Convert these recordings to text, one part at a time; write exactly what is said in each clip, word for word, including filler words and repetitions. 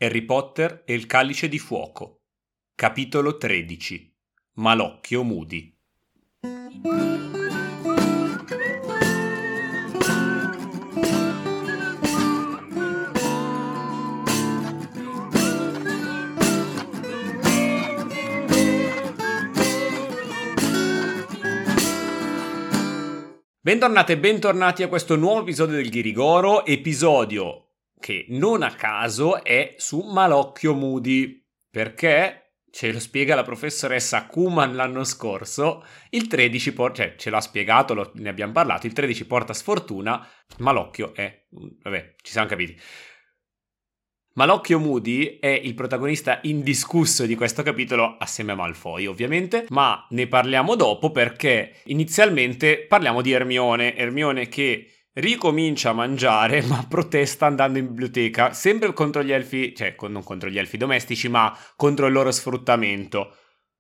Harry Potter e il Calice di Fuoco. Capitolo tredici. Malocchio Moody. Bentornate e bentornati a questo nuovo episodio del Ghirigoro, episodio che non a caso è su Malocchio Moody, perché ce lo spiega la professoressa Kuman l'anno scorso, il tredici por- cioè ce l'ha spiegato, lo- ne abbiamo parlato, il tredici porta sfortuna, Malocchio è, vabbè, ci siamo capiti. Malocchio Moody è il protagonista indiscusso di questo capitolo assieme a Malfoy ovviamente, ma ne parliamo dopo perché inizialmente parliamo di Hermione, Hermione che ricomincia a mangiare ma protesta andando in biblioteca, sempre contro gli elfi, cioè non contro gli elfi domestici ma contro il loro sfruttamento.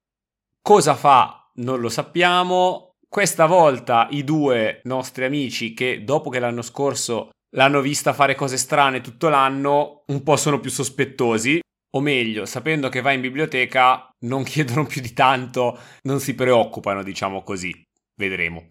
Cosa fa? Non lo sappiamo. Questa volta i due nostri amici che dopo che l'anno scorso l'hanno vista fare cose strane tutto l'anno, un po' sono più sospettosi, o meglio, sapendo che va in biblioteca, non chiedono più di tanto, non si preoccupano, diciamo così. Vedremo.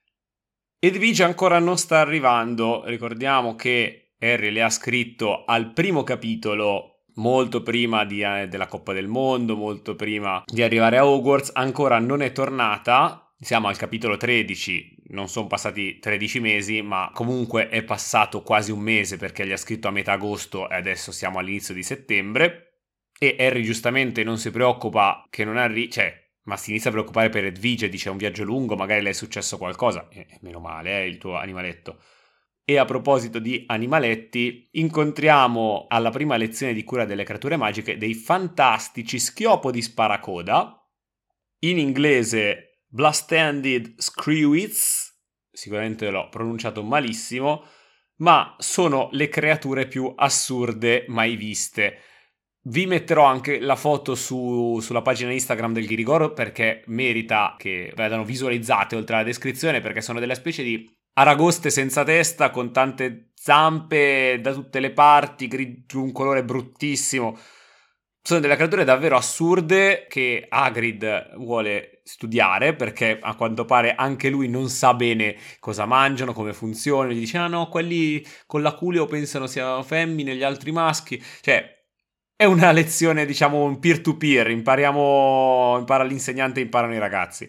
Edvige ancora non sta arrivando, ricordiamo che Harry le ha scritto al primo capitolo, molto prima di, eh, della Coppa del Mondo, molto prima di arrivare a Hogwarts, ancora non è tornata. Siamo al capitolo tredici, non sono passati tredici mesi, ma comunque è passato quasi un mese perché gli ha scritto a metà agosto e adesso siamo all'inizio di settembre. E Harry giustamente non si preoccupa che non arrivi, cioè, ma si inizia a preoccupare per Edvige, dice è un viaggio lungo, magari le è successo qualcosa. Eh, meno male, eh, il tuo animaletto. E a proposito di animaletti, incontriamo alla prima lezione di cura delle creature magiche dei fantastici schiopodi sparacoda, in inglese Blast-Handed Screwits, sicuramente l'ho pronunciato malissimo, ma sono le creature più assurde mai viste. Vi metterò anche la foto su, sulla pagina Instagram del Ghirigoro perché merita che vedano visualizzate oltre alla descrizione, perché sono delle specie di aragoste senza testa con tante zampe da tutte le parti, di un colore bruttissimo. Sono delle creature davvero assurde che Hagrid vuole studiare perché a quanto pare anche lui non sa bene cosa mangiano, come funzionano. Gli dice, ah no, quelli con l'aculeo pensano siano femmine, gli altri maschi. Cioè, è una lezione, diciamo, un peer-to-peer. Impariamo, impara l'insegnante, imparano i ragazzi.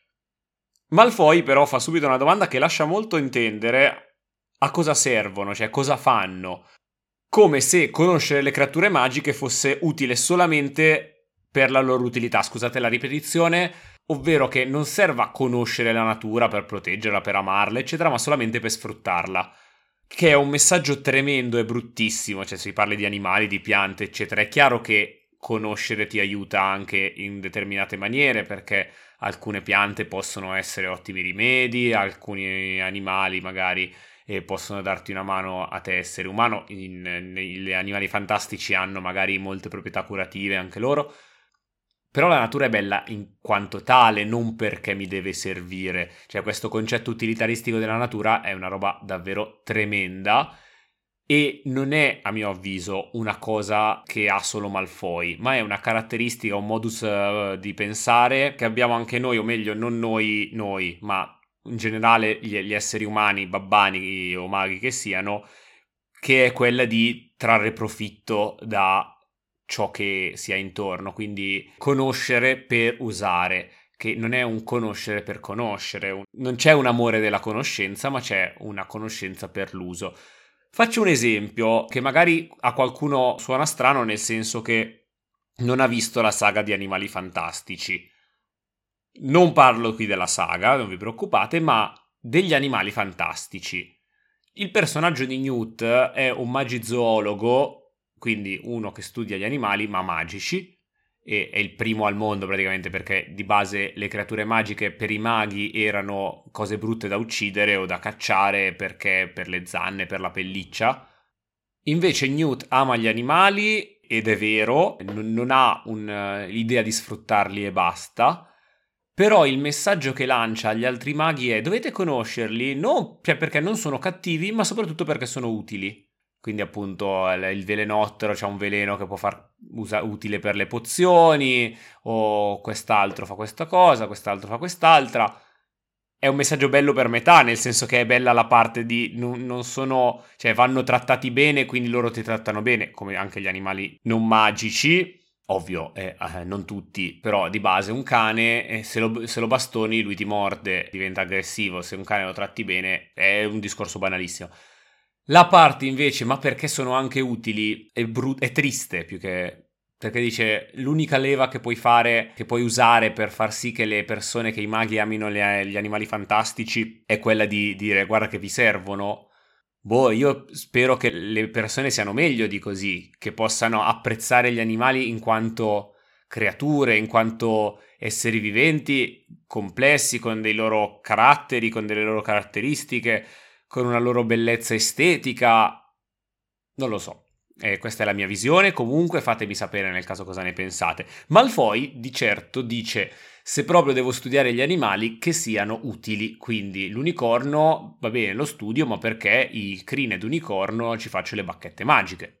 Malfoy però fa subito una domanda che lascia molto intendere a cosa servono, cioè cosa fanno. Come se conoscere le creature magiche fosse utile solamente per la loro utilità, scusate la ripetizione, ovvero che non serva conoscere la natura per proteggerla, per amarla, eccetera, ma solamente per sfruttarla. Che è un messaggio tremendo e bruttissimo, cioè se parli di animali, di piante, eccetera. È chiaro che conoscere ti aiuta anche in determinate maniere, perché alcune piante possono essere ottimi rimedi, alcuni animali magari e possono darti una mano a te essere umano. In, in, gli animali fantastici hanno magari molte proprietà curative anche loro, però la natura è bella in quanto tale, non perché mi deve servire. Cioè questo concetto utilitaristico della natura è una roba davvero tremenda e non è, a mio avviso, una cosa che ha solo Malfoy, ma è una caratteristica, un modus uh, di pensare che abbiamo anche noi, o meglio non noi, noi, ma in generale gli, gli esseri umani, babbani o maghi che siano, che è quella di trarre profitto da ciò che si ha intorno, quindi conoscere per usare, che non è un conoscere per conoscere, non c'è un amore della conoscenza, ma c'è una conoscenza per l'uso. Faccio un esempio che magari a qualcuno suona strano, nel senso che non ha visto la saga di Animali Fantastici. Non parlo qui della saga, non vi preoccupate, ma degli animali fantastici. Il personaggio di Newt è un magizoologo, quindi uno che studia gli animali, ma magici, e è il primo al mondo praticamente perché di base le creature magiche per i maghi erano cose brutte da uccidere o da cacciare perché per le zanne, per la pelliccia. Invece Newt ama gli animali ed è vero, non ha un, l'idea di sfruttarli e basta. Però il messaggio che lancia agli altri maghi è: dovete conoscerli, non cioè perché non sono cattivi, ma soprattutto perché sono utili. quindi appunto il velenottero c'ha un veleno che può far usa, utile per le pozioni, o quest'altro fa questa cosa, quest'altro fa quest'altra. È un messaggio bello per metà, nel senso che è bella la parte di non, non sono, cioè vanno trattati bene, quindi loro ti trattano bene, come anche gli animali non magici. Ovvio, eh, eh, non tutti, però di base un cane, eh, se, lo, se lo bastoni lui ti morde, diventa aggressivo, se un cane lo tratti bene è un discorso banalissimo. La parte invece, ma perché sono anche utili, è, bru- è triste più che... Perché dice, l'unica leva che puoi fare, che puoi usare per far sì che le persone, che i maghi amino le, gli animali fantastici, è quella di dire, guarda che vi servono. Boh, io spero che le persone siano meglio di così, che possano apprezzare gli animali in quanto creature, in quanto esseri viventi, complessi, con dei loro caratteri, con delle loro caratteristiche, con una loro bellezza estetica. Non lo so. Eh, questa è la mia visione, comunque fatemi sapere nel caso cosa ne pensate. Malfoy di certo dice, se proprio devo studiare gli animali, che siano utili, quindi l'unicorno va bene lo studio, ma perché il crine d'unicorno ci faccio le bacchette magiche.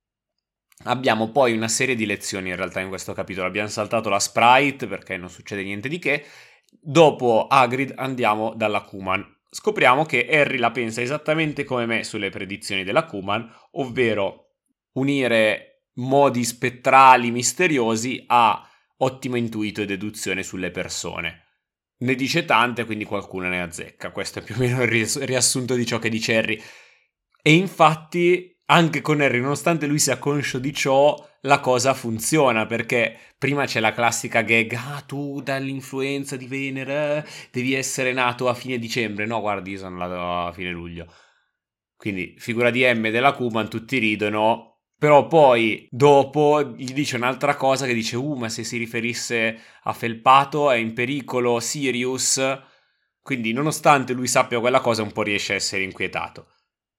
Abbiamo poi una serie di lezioni in realtà in questo capitolo, abbiamo saltato la Sprite perché non succede niente di che, dopo Hagrid andiamo dalla Kuman. Scopriamo che Harry la pensa esattamente come me sulle predizioni della Kuman, ovvero unire modi spettrali misteriosi a ottimo intuito e deduzione sulle persone. Ne dice tante, quindi qualcuno ne azzecca. Questo è più o meno il riassunto di ciò che dice Harry. E infatti, anche con Harry, nonostante lui sia conscio di ciò, la cosa funziona, perché prima c'è la classica gag, ah, tu dall'influenza di Venere devi essere nato a fine dicembre. No, guardi, io sono nato a fine luglio. Quindi, figura di M della Kuman, tutti ridono. Però poi dopo gli dice un'altra cosa che dice uh ma se si riferisse a Felpato è in pericolo Sirius, quindi nonostante lui sappia quella cosa un po' riesce a essere inquietato.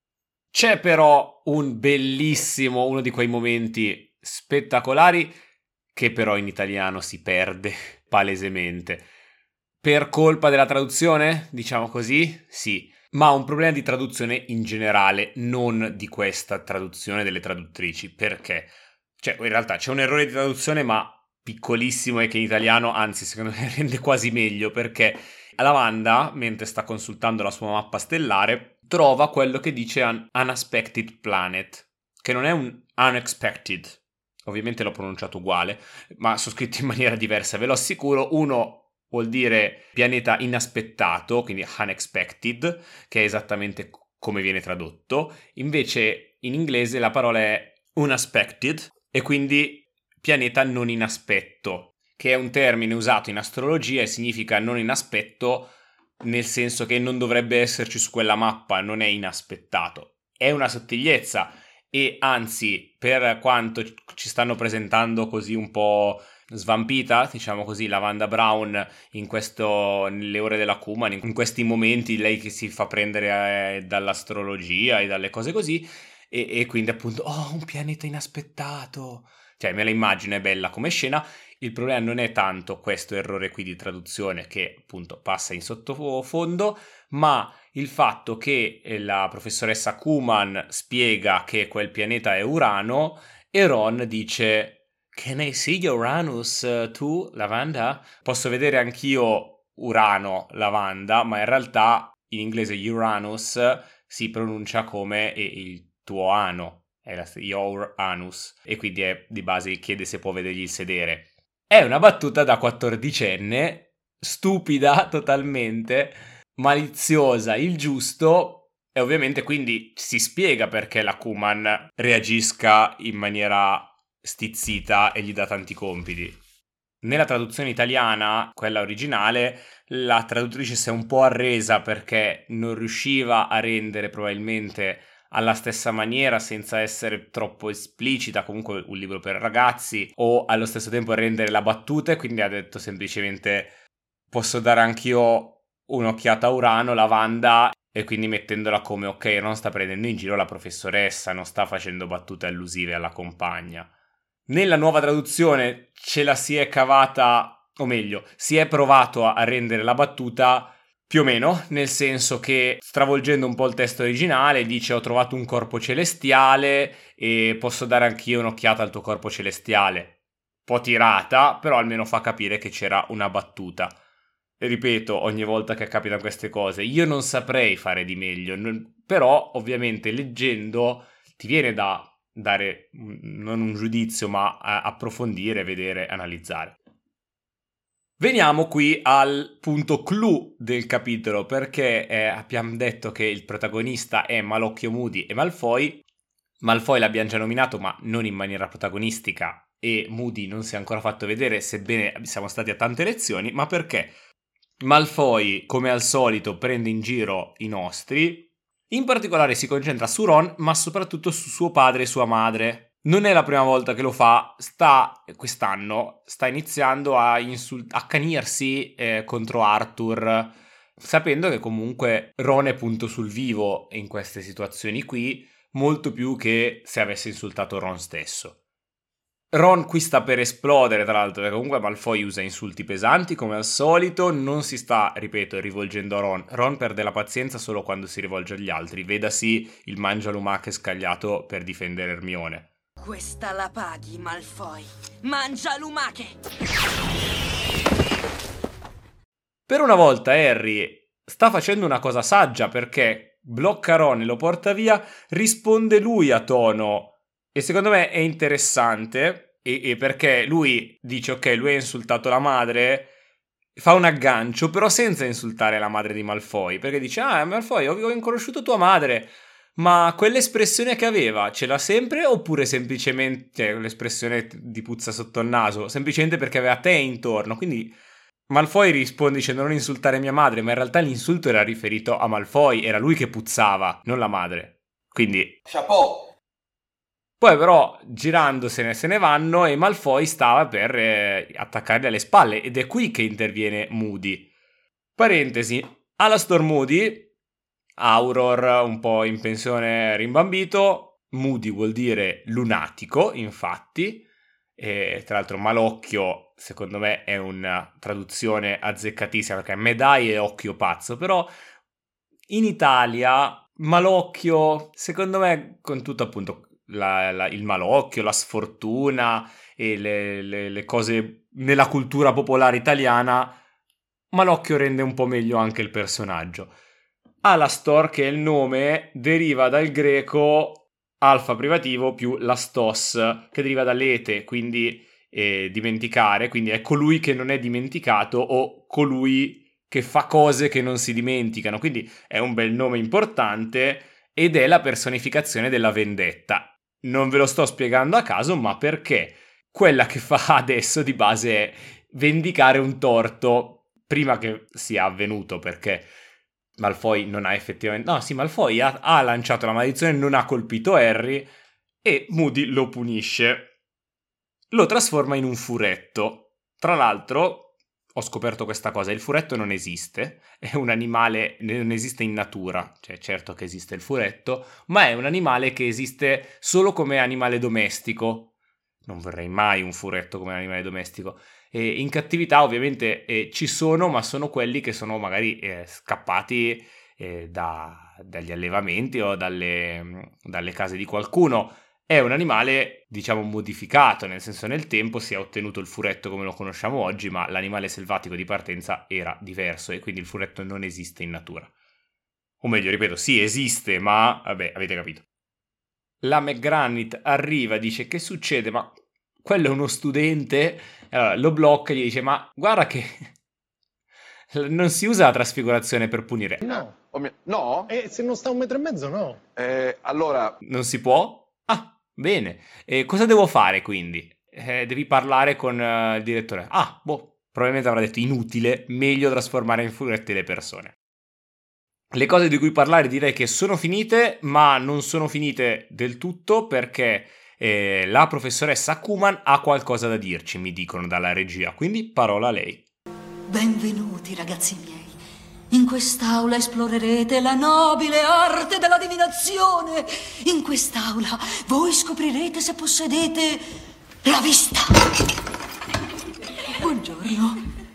C'è però un bellissimo, uno di quei momenti spettacolari che però in italiano si perde palesemente. Per colpa della traduzione, diciamo così? Sì. Ma un problema di traduzione in generale, non di questa traduzione delle traduttrici. Perché? Cioè, in realtà c'è un errore di traduzione, ma piccolissimo, e che in italiano, anzi, secondo me rende quasi meglio, perché Lavanda, mentre sta consultando la sua mappa stellare, trova quello che dice un unexpected planet, che non è un unexpected. Ovviamente l'ho pronunciato uguale, ma sono scritto in maniera diversa, ve lo assicuro. Uno vuol dire pianeta inaspettato, quindi unexpected, che è esattamente come viene tradotto. Invece in inglese la parola è unaspected e quindi pianeta non in aspetto, che è un termine usato in astrologia e significa non in aspetto, nel senso che non dovrebbe esserci su quella mappa, non è inaspettato. È una sottigliezza e anzi, per quanto ci stanno presentando così un po' svampita, diciamo così, Lavanda Brown in questo, nelle ore della Kuman, in questi momenti lei che si fa prendere eh, dall'astrologia e dalle cose così, e, e quindi appunto oh un pianeta inaspettato, cioè me la immagino, è bella come scena. Il problema non è tanto questo errore qui di traduzione che appunto passa in sottofondo, ma il fatto che la professoressa Kuman spiega che quel pianeta è Urano e Ron dice Can I see Uranus uh, tu, Lavanda? Posso vedere anch'io Urano, Lavanda, ma in realtà in inglese Uranus si pronuncia come il tuo ano, è la, your anus, e quindi è, di base chiede se può vedergli il sedere. È una battuta da quattordicenne, stupida totalmente, maliziosa, il giusto, e ovviamente quindi si spiega perché la Kuman reagisca in maniera stizzita e gli dà tanti compiti. Nella traduzione italiana, quella originale, la traduttrice si è un po' arresa perché non riusciva a rendere probabilmente alla stessa maniera senza essere troppo esplicita, comunque un libro per ragazzi, o allo stesso tempo rendere la battuta, e quindi ha detto semplicemente posso dare anch'io un'occhiata a Urano, Lavanda, e quindi mettendola come ok, non sta prendendo in giro la professoressa, non sta facendo battute allusive alla compagna. Nella nuova traduzione ce la si è cavata, o meglio, si è provato a rendere la battuta, Più o meno, nel senso che, stravolgendo un po' il testo originale, dice: ho trovato un corpo celestiale e posso dare anch'io un'occhiata al tuo corpo celestiale. Un po' tirata, però almeno fa capire che c'era una battuta. E ripeto, ogni volta che capitano queste cose, io non saprei fare di meglio, non, però ovviamente leggendo ti viene da dare non un giudizio, ma approfondire, vedere, analizzare. Veniamo qui al punto clou del capitolo, perché eh, abbiamo detto che il protagonista è Malocchio Moody e Malfoy. Malfoy l'abbiamo già nominato, ma non in maniera protagonistica, e Moody non si è ancora fatto vedere, sebbene siamo stati a tante lezioni. Ma perché? Malfoy, come al solito, prende in giro i nostri. In particolare si concentra su Ron, ma soprattutto su suo padre e sua madre. Non è la prima volta che lo fa, sta quest'anno sta iniziando a insult- accanirsi eh, contro Arthur, sapendo che comunque Ron è punto sul vivo in queste situazioni qui, molto più che se avesse insultato Ron stesso. Ron qui sta per esplodere, tra l'altro, perché comunque Malfoy usa insulti pesanti come al solito, non si sta, ripeto, rivolgendo a Ron. Ron perde la pazienza solo quando si rivolge agli altri, vedasi il mangialumache scagliato per difendere Hermione. Questa la paghi, Malfoy. Mangia lumache! Per una volta Harry sta facendo una cosa saggia, perché blocca Ron e lo porta via, risponde lui a tono. E secondo me è interessante, e, e perché lui dice ok, lui ha insultato la madre, fa un aggancio, però senza insultare la madre di Malfoy, perché dice: ah, Malfoy, ho, ho conosciuto tua madre, ma quell'espressione che aveva ce l'ha sempre, oppure semplicemente, cioè, l'espressione di puzza sotto il naso, semplicemente perché aveva te intorno? Quindi Malfoy risponde dicendo: non insultare mia madre, ma in realtà l'insulto era riferito a Malfoy, era lui che puzzava, non la madre. Quindi chapeau. Poi però girandosene se ne vanno e Malfoy stava per eh, attaccarli alle spalle, ed è qui che interviene Moody. Parentesi, Alastor Moody, Auror un po' in pensione rimbambito, Moody vuol dire lunatico, infatti, e tra l'altro Malocchio secondo me è una traduzione azzeccatissima, perché Medai è occhio pazzo, però in Italia Malocchio secondo me, con tutto appunto La, la, il malocchio, la sfortuna e le, le, le cose nella cultura popolare italiana, Malocchio rende un po' meglio anche il personaggio. Alastor, che è il nome, deriva dal greco alfa privativo più lastos, che deriva dall'ete, quindi eh, dimenticare, quindi è colui che non è dimenticato o colui che fa cose che non si dimenticano, quindi è un bel nome importante ed è la personificazione della vendetta. Non ve lo sto spiegando a caso, ma perché quella che fa adesso di base è vendicare un torto prima che sia avvenuto, perché Malfoy non ha effettivamente... No, sì, Malfoy ha, ha lanciato la maledizione, non ha colpito Harry e Moody lo punisce. Lo trasforma in un furetto. Tra l'altro ho scoperto questa cosa: il furetto non esiste, è un animale, non esiste in natura, cioè certo che esiste il furetto, ma è un animale che esiste solo come animale domestico. Non vorrei mai un furetto come animale domestico. E in cattività ovviamente eh, ci sono, ma sono quelli che sono magari eh, scappati eh, da, dagli allevamenti o dalle, dalle case di qualcuno. È un animale, diciamo, modificato, nel senso nel tempo si è ottenuto il furetto come lo conosciamo oggi, ma l'animale selvatico di partenza era diverso e quindi il furetto non esiste in natura. O meglio, ripeto, sì, esiste, ma vabbè, avete capito. La McGranit arriva, dice: che succede? Ma quello è uno studente. Allora lo blocca e gli dice: ma guarda che non si usa la trasfigurazione per punire. No. Oh mio... No? E se non sta a un metro e mezzo, no. Eh, allora... Non si può? Ah, bene. E cosa devo fare quindi? Eh, devi parlare con uh, il direttore. Ah, boh, probabilmente avrà detto inutile, meglio trasformare in furetti le persone. Le cose di cui parlare direi che sono finite, ma non sono finite del tutto, perché eh, la professoressa Kuman ha qualcosa da dirci, mi dicono dalla regia, quindi parola a lei. Benvenuti ragazzi miei. In quest'aula esplorerete la nobile arte della divinazione. In quest'aula voi scoprirete se possedete la vista. Buongiorno.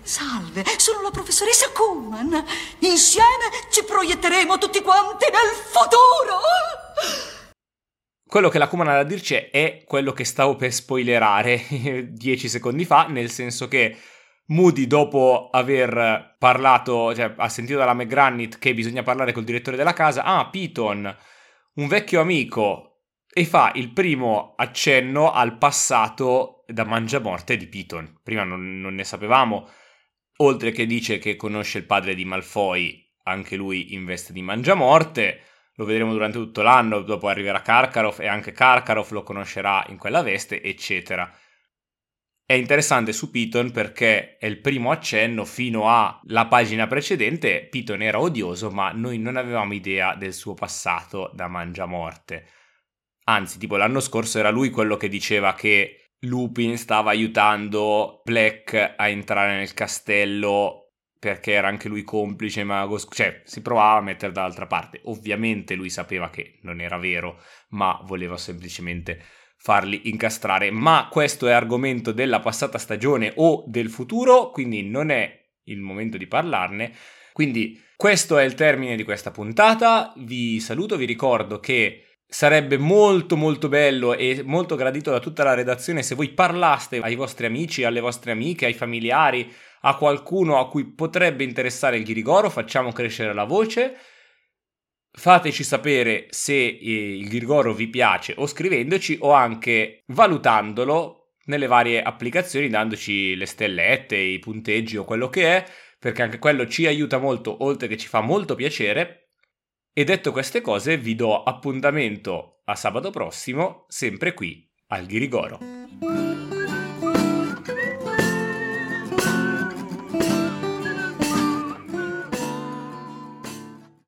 Salve, sono la professoressa Kuhlman. Insieme ci proietteremo tutti quanti nel futuro. Quello che la Kuhlman ha da dirci è quello che stavo per spoilerare dieci secondi fa, nel senso che Moody, dopo aver parlato, cioè ha sentito dalla McGranit che bisogna parlare col direttore della casa, ah, Piton, un vecchio amico, e fa il primo accenno al passato da mangiamorte di Piton. Prima non, non ne sapevamo, oltre che dice che conosce il padre di Malfoy, anche lui in veste di mangiamorte, lo vedremo durante tutto l'anno, dopo arriverà Karkaroff e anche Karkaroff lo conoscerà in quella veste, eccetera. È interessante su Piton perché è il primo accenno. Fino alla pagina precedente Piton era odioso, ma noi non avevamo idea del suo passato da mangiamorte. Anzi, tipo l'anno scorso era lui quello che diceva che Lupin stava aiutando Black a entrare nel castello perché era anche lui complice, mago, cioè si provava a mettere dall'altra parte. Ovviamente lui sapeva che non era vero, ma voleva semplicemente farli incastrare. Ma questo è argomento della passata stagione o del futuro, quindi non è il momento di parlarne. Quindi questo è il termine di questa puntata. Vi saluto, vi ricordo che sarebbe molto molto bello e molto gradito da tutta la redazione se voi parlaste ai vostri amici, alle vostre amiche, ai familiari, a qualcuno a cui potrebbe interessare il Ghirigoro. Facciamo crescere la voce. Fateci sapere se eh, il Ghirigoro vi piace o scrivendoci o anche valutandolo nelle varie applicazioni, dandoci le stellette, i punteggi o quello che è, perché anche quello ci aiuta molto, oltre che ci fa molto piacere. E detto queste cose vi do appuntamento a sabato prossimo, sempre qui al Ghirigoro.